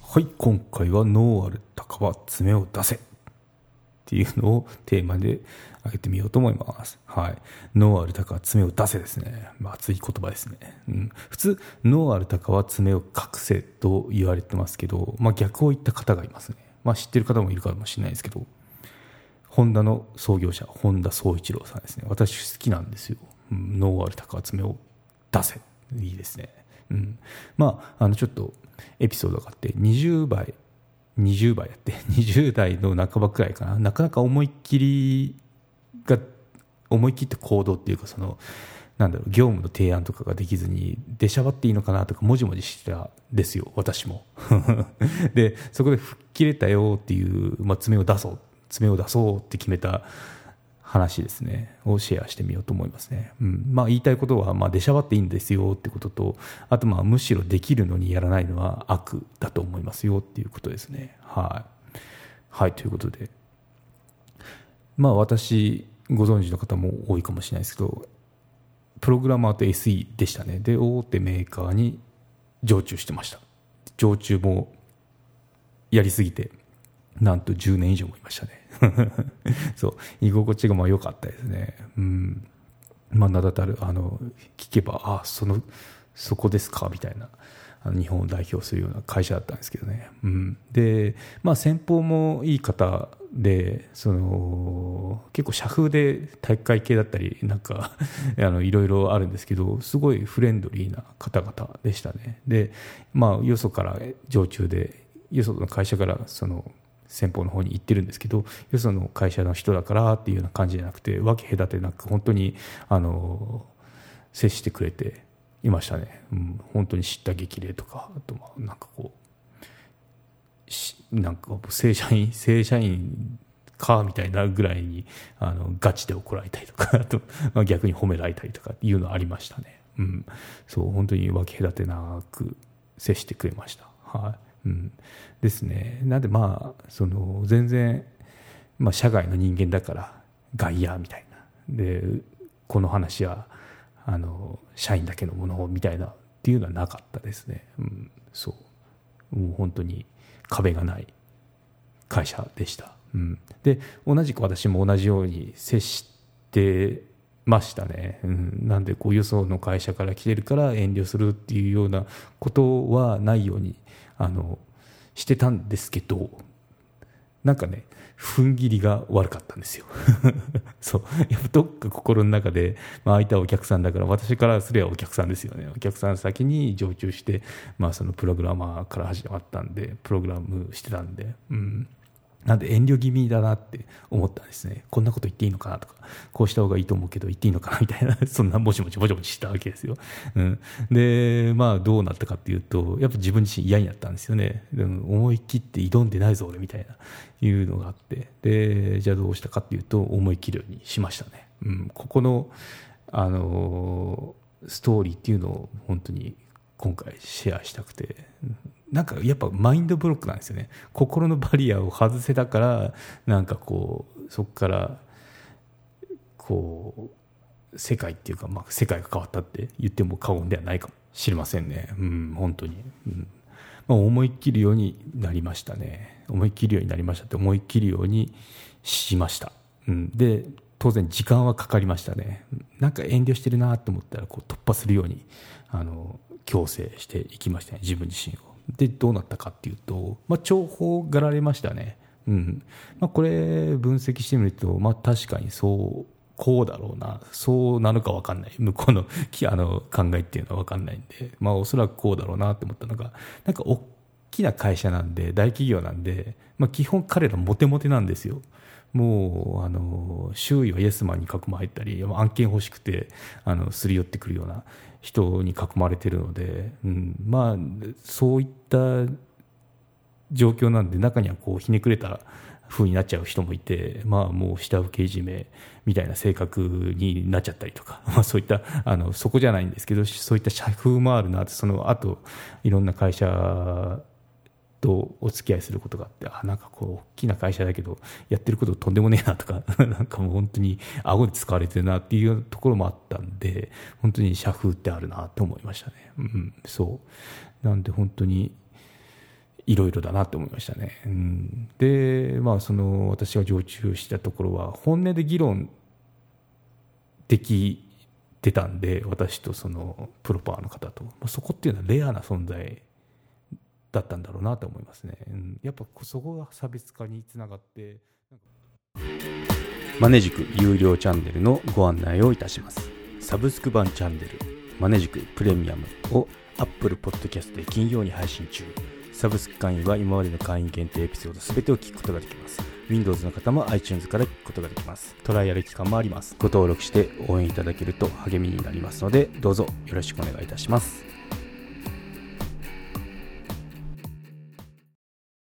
はい、今回はノーアルタカは爪を出せっていうのをテーマで挙げてみようと思います。はい、ノーアルタカは爪を出せですね。熱い言葉ですね。普通ノーアルタカは爪を隠せと言われてますけど、逆を言った方がいますね。知ってる方もいるかもしれないですけど、ホンダの創業者本田宗一郎さんですね。私好きなんですよ。ノーアルタカは爪を出せ、いいですね。ちょっとエピソードがあって20倍やって20代の半ばくらいかな、なかなか思い切って行動っていうか、業務の提案とかができずに出しゃばっていいのかなとかもじもじしてたんですよ、私もでそこで吹っ切れたよっていう、爪を出そうって決めた話ですねをシェアしてみようと思いますね。言いたいことは、出しゃばっていいんですよってことと、あとむしろできるのにやらないのは悪だと思いますよっていうことですね。はい、ということで、私ご存知の方も多いかもしれないですけど、プログラマーと SE でしたね。で大手メーカーに常駐してました。常駐もやりすぎてなんと10年以上もいましたねそう居心地が良かったですね。名だたる聞けばそこですかみたいな、日本を代表するような会社だったんですけどね。で先方もいい方で、結構社風で体育会系だったりいろいろあるんですけど、すごいフレンドリーな方々でしたね。でよそから常駐で、よその会社から先方の方に行ってるんですけど、よその会社の人だからっていうような感じじゃなくて、分け隔てなく本当に接してくれていましたね。本当に叱咤激励とか、あと正社員かみたいなぐらいにガチで怒られたりとか、あと、逆に褒められたりとかいうのありましたね。そう本当に分け隔てなく接してくれました。ですね。なんで全然、社外の人間だから外野みたいなで、この話は社員だけのものみたいなっていうのはなかったですね。もう本当に壁がない会社でした。で同じく私も同じように接してましたね。なんでよその会社から来てるから遠慮するっていうようなことはないようにしてたんですけど、踏ん切りが悪かったんですよそうやっぱどっか心の中で、相手はお客さんだから、私からすればお客さんですよね。お客さん先に常駐して、そのプログラマーから始まったんで、プログラムしてたんで、なんで遠慮気味だなって思ったんですね。こんなこと言っていいのかなとか、こうした方がいいと思うけど言っていいのかなみたいなそんなもちもちしたわけですよ。でどうなったかっていうと、やっぱ自分自身嫌になったんですよね。思い切って挑んでないぞ俺みたいないうのがあって、でじゃあどうしたかっていうと、思い切るようにしましたね。ここのストーリーっていうのを本当に今回シェアしたくて、やっぱマインドブロックなんですよね。心のバリアを外せたから、そこから世界っていうか、世界が変わったって言っても過言ではないかもしれませんね。本当に、思い切るようになりましたね。思い切るようになりましたって思い切るようにしました。で当然時間はかかりましたね。遠慮してるなと思ったら突破するように強制していきましたね、自分自身を。でどうなったかっていうと、重宝がられましたね。これ分析してみると、確かにこうだろうな、そうなのか分かんない、向こうの考えっていうのは分かんないんで、おそらくこうだろうなと思ったのが、大きな会社なんで、大企業なんで、基本彼らモテモテなんですよ。もう周囲はイエスマンに囲まれたり、案件欲しくてすり寄ってくるような人に囲まれているので、そういった状況なんで、中にはひねくれた風になっちゃう人もいて、もう下請けいじめみたいな性格になっちゃったりとか、そういったそこじゃないんですけど、そういった社風もあるなって、その後いろんな会社とお付き合いすることがあって、大きな会社だけどやってることとんでもねえなとかもう本当に顎で使われてるなっていうところもあったんで、本当に社風ってあるなと思いましたね。そうなんで本当にいろいろだなって思いましたね。で、私が常駐したところは本音で議論できてたんで、私とそのプロパーの方と、そこっていうのはレアな存在だったんだろうなと思いますね。やっぱそこが差別化につながって。マネジク有料チャンネルのご案内をいたします。サブスク版チャンネルマネジクプレミアムを Apple Podcast で金曜に配信中。サブスク会員は今までの会員限定エピソードすべてを聞くことができます。Windows の方も iTunes から聞くことができます。トライアル期間もあります。ご登録して応援いただけると励みになりますので、どうぞよろしくお願いいたします。